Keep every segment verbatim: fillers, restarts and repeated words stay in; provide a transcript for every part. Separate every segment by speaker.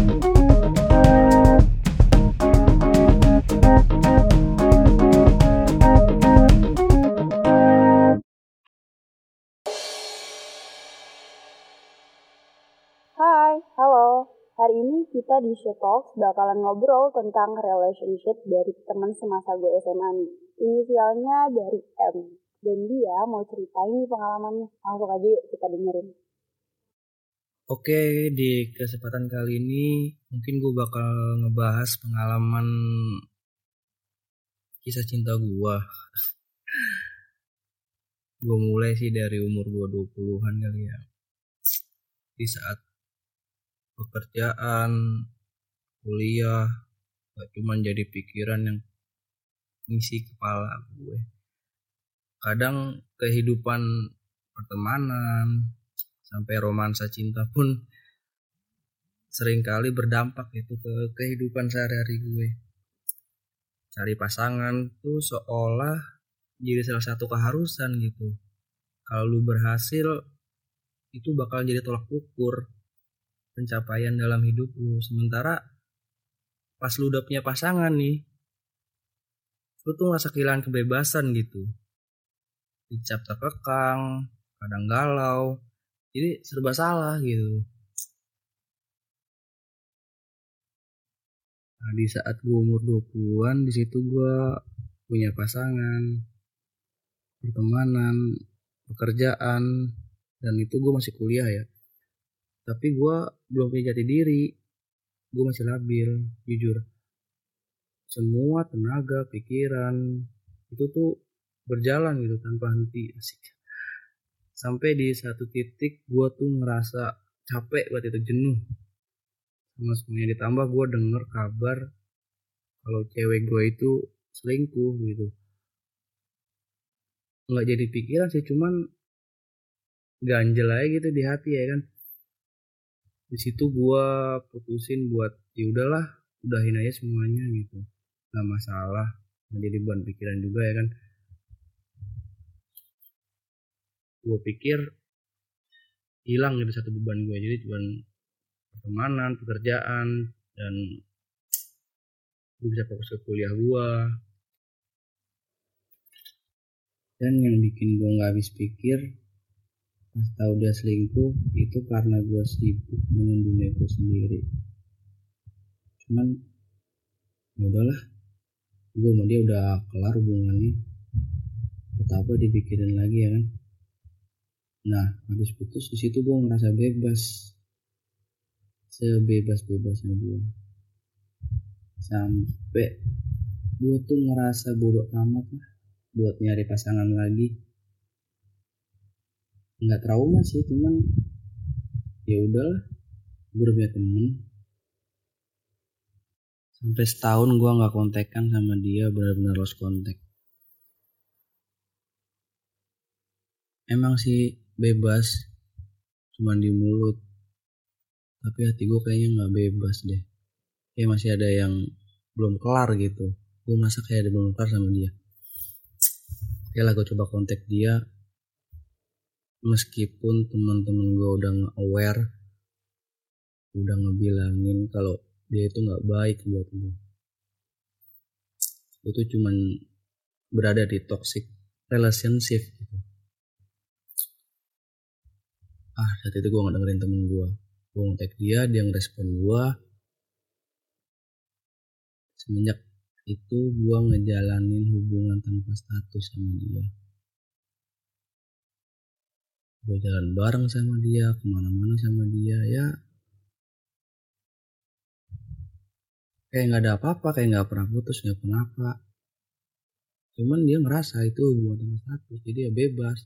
Speaker 1: Hai, halo. Hari ini kita di Show Talks bakalan ngobrol tentang relationship dari teman semasa gue S M A nih. Inisialnya dari M. Dan dia mau ceritain nih pengalamannya. Langsung aja yuk kita dengerin.
Speaker 2: Oke, di kesempatan kali ini mungkin gue bakal ngebahas pengalaman kisah cinta gue. Gue mulai sih dari umur gue dua puluhan kali ya. Di saat pekerjaan, kuliah, gak cuma jadi pikiran yang ngisi kepala gue. Kadang kehidupan pertemanan sampai romansa cinta pun seringkali berdampak itu ke kehidupan sehari-hari gue. Cari pasangan tuh seolah jadi salah satu keharusan gitu. Kalau lu berhasil, itu bakal jadi tolak ukur pencapaian dalam hidup lu. Sementara pas lu udah punya pasangan nih, lu tuh ngerasa kehilangan kebebasan gitu. Dicap terkekang, kadang galau, jadi serba salah gitu. Nah, di saat gue umur dua puluhan, di situ gue punya pasangan, pertemanan, pekerjaan, dan itu gue masih kuliah ya. Tapi gue belum punya jati diri, gue masih labil, jujur. Semua tenaga, pikiran, itu tuh berjalan gitu tanpa henti, asik. Sampai di satu titik gue tuh ngerasa capek buat itu, jenuh sama semuanya. Ditambah gue denger kabar kalau cewek gue itu selingkuh gitu. Nggak jadi pikiran sih, cuman ganjel aja gitu di hati ya kan. Di situ gue putusin buat ya udahlah, udahin aja semuanya gitu, nggak masalah, nggak jadi beban pikiran juga ya kan. Gue pikir hilang gitu satu beban gue, jadi cuman pertemanan, pekerjaan, dan gue bisa fokus ke kuliah gue. Dan yang bikin gue nggak habis pikir pas tahu dia selingkuh itu karena gue sibuk dengan dunia gue sendiri. Cuman ya udahlah, gue sama dia udah kelar hubungannya, buat apa dipikirin lagi ya kan. Nah, habis putus di situ gue ngerasa bebas, sebebas-bebasnya gue. Sampai gue tuh ngerasa bodoh amat lah buat nyari pasangan lagi. Nggak trauma sih, cuman ya udahlah, gue udah punya temen. Sampai setahun gue nggak kontekan sama dia, benar-benar lost contact. Emang sih bebas, cuman di mulut, tapi hati gue kayaknya nggak bebas deh. Kayak masih ada yang belum kelar gitu. Gue merasa kayak ada belum kelar sama dia. Oke lah, gue coba kontak dia. Meskipun teman-teman gue udah nge-aware, udah ngebilangin kalau dia itu nggak baik buat gue. Itu cuman berada di toxic relationship gitu. Ah, saat itu gue nggak dengerin temen gue. Gue kontak dia, dia ngerespon gue. Semenjak itu gue ngejalanin hubungan tanpa status sama dia. Gue jalan bareng sama dia, kemana-mana sama dia, ya kayak gak ada apa-apa, kayak gak pernah putus, gak pernah apa. Cuman dia ngerasa itu hubungan tanpa status, jadi ya bebas.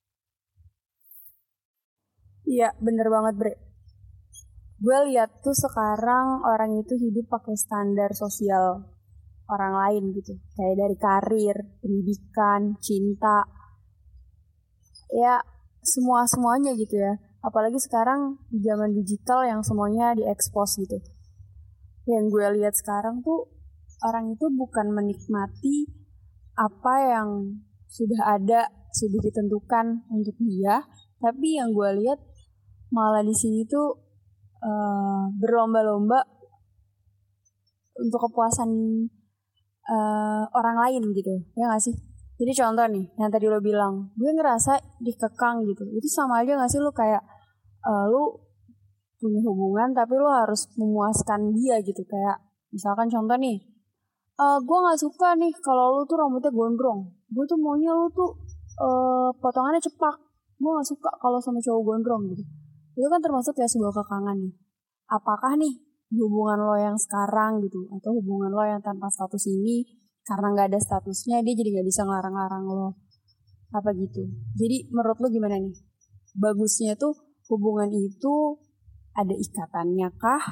Speaker 1: Iya, bener banget Bre. Gue lihat tuh sekarang orang itu hidup pakai standar sosial orang lain gitu. Kayak dari karir, pendidikan, cinta. Ya, semua-semuanya gitu ya. Apalagi sekarang di zaman digital yang semuanya diekspos gitu. Yang gue lihat sekarang tuh orang itu bukan menikmati apa yang sudah ada, sudah ditentukan untuk dia, tapi yang gue lihat malah di sini tuh uh, berlomba-lomba untuk kepuasan uh, orang lain gitu, ya gak sih? Jadi contoh nih, yang tadi lo bilang, gue ngerasa dikekang gitu, itu sama aja gak sih lo kayak uh, lo punya hubungan tapi lo harus memuaskan dia gitu. Kayak misalkan contoh nih, uh, gue gak suka nih kalau lo tuh rambutnya gondrong, gue tuh maunya lo tuh uh, potongannya cepak, gue gak suka kalau sama cowok gondrong gitu. Itu kan termasuk ya sebuah kekangan nih. Apakah nih hubungan lo yang sekarang gitu, atau hubungan lo yang tanpa status ini, karena gak ada statusnya dia jadi gak bisa ngelarang-larang lo apa gitu. Jadi menurut lo gimana nih? Bagusnya tuh hubungan itu ada ikatannya kah?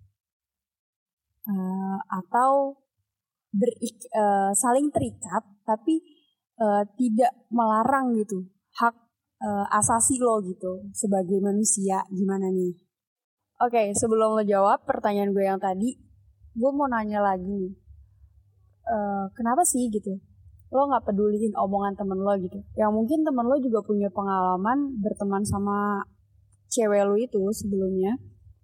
Speaker 1: Uh, atau berik, uh, saling terikat tapi uh, tidak melarang gitu hak uh, asasi lo gitu sebagai manusia, gimana nih? Oke, okay, sebelum lo jawab pertanyaan gue yang tadi, gue mau nanya lagi nih. Uh, kenapa sih gitu lo gak peduliin omongan temen lo gitu? Yang mungkin temen lo juga punya pengalaman berteman sama cewek lo itu sebelumnya.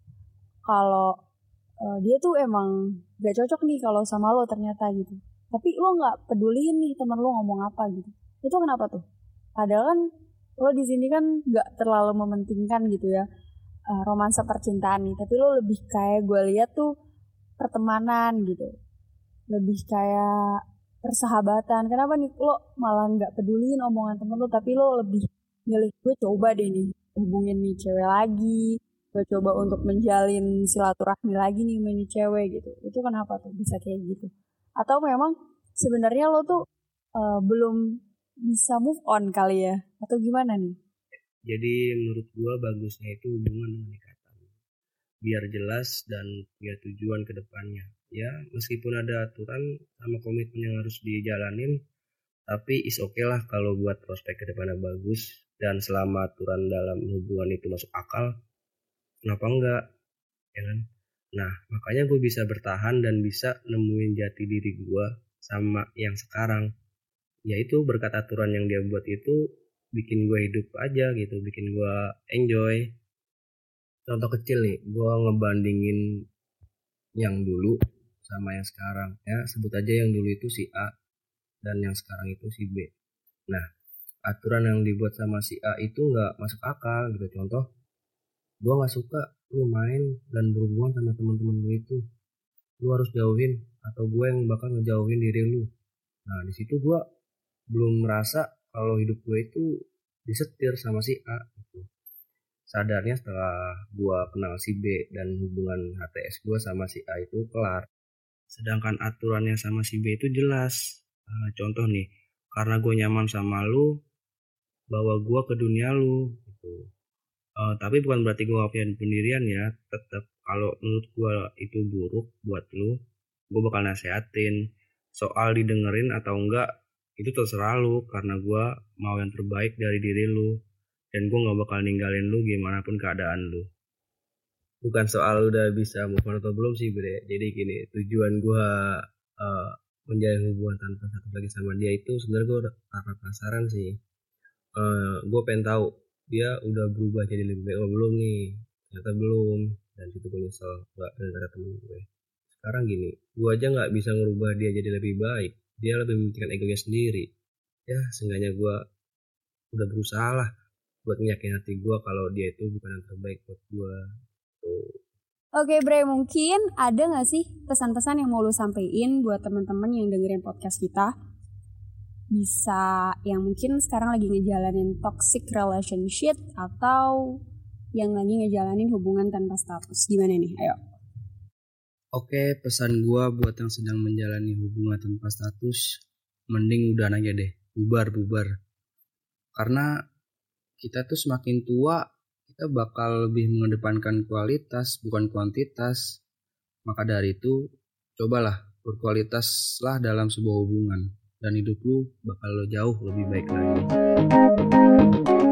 Speaker 1: Kalau uh, dia tuh emang gak cocok nih kalau sama lo ternyata gitu. Tapi lo gak peduliin nih temen lo ngomong apa gitu. Itu kenapa tuh? Padahal kan lo di sini kan gak terlalu mementingkan gitu ya Uh, romansa percintaan nih, tapi lo lebih kayak gue lihat tuh pertemanan gitu, lebih kayak persahabatan. Kenapa nih lo malah nggak peduliin omongan temen lo, tapi lo lebih milih gue coba deh nih hubungin nih cewek lagi, gue coba untuk menjalin silaturahmi lagi nih sama nih cewek gitu. Itu kenapa tuh bisa kayak gitu? Atau memang sebenarnya lo tuh uh, belum bisa move on kali ya, atau gimana nih?
Speaker 2: Jadi menurut gue bagusnya itu hubungan dengan ikatan, biar jelas dan punya tujuan ke depannya. Ya meskipun ada aturan sama komitmen yang harus dijalanin, tapi is oke okay lah kalau buat prospek ke depannya bagus. Dan selama aturan dalam hubungan itu masuk akal, kenapa enggak? Ya kan? Nah makanya gue bisa bertahan dan bisa nemuin jati diri gue sama yang sekarang. Yaitu berkat aturan yang dia buat itu bikin gue hidup aja gitu, bikin gue enjoy. Contoh kecil nih, gue ngebandingin yang dulu sama yang sekarang. Ya sebut aja yang dulu itu si A dan yang sekarang itu si B. Nah aturan yang dibuat sama si A itu gak masuk akal gitu. Contoh, gue gak suka lu main dan berhubungan sama teman-teman lu itu, lu harus jauhin atau gue yang bakal ngejauhin diri lu. Nah di situ gue belum merasa kalau hidup gue itu disetir sama si A gitu. Sadarnya setelah gue kenal si B dan hubungan H T S gue sama si A itu kelar. Sedangkan aturannya sama si B itu jelas. Nah, contoh nih, karena gue nyaman sama lu, bawa gue ke dunia lu gitu. Uh, tapi bukan berarti gue gak punya pendirian ya. Tetap kalau menurut gue itu buruk buat lu, gue bakal nasehatin. Soal didengerin atau enggak itu terserah lu, karena gue mau yang terbaik dari diri lu dan gue gak bakal ninggalin lu gimana pun keadaan lu. Bukan soal udah bisa move on atau belum sih bre. Jadi gini, tujuan gue uh, menjalin hubungan tanpa satu lagi sama dia itu sebenarnya gue karena penasaran sih. uh, gue pengen tahu dia udah berubah jadi lebih baik atau belum nih. Ternyata belum, dan itu gue nyesel gak gara-gara temen gue. Sekarang gini, gue aja gak bisa ngerubah dia jadi lebih baik. Dia lebih mementingkan egonya sendiri. Ya seenggaknya gue udah berusaha lah buat meyakin hati gue kalau dia itu bukan yang terbaik buat gue tuh.
Speaker 1: Oke Bre, mungkin ada gak sih pesan-pesan yang mau lu sampein buat teman-teman yang dengerin podcast kita? Bisa yang mungkin sekarang lagi ngejalanin toxic relationship atau yang lagi ngejalanin hubungan tanpa status. Gimana nih? Ayo.
Speaker 2: Oke, pesan gue buat yang sedang menjalani hubungan tanpa status, mending udahan aja deh, bubar-bubar. Karena kita tuh semakin tua, kita bakal lebih mengedepankan kualitas, bukan kuantitas. Maka dari itu, cobalah berkualitaslah dalam sebuah hubungan, dan hidup lu bakal jauh lebih baik lagi.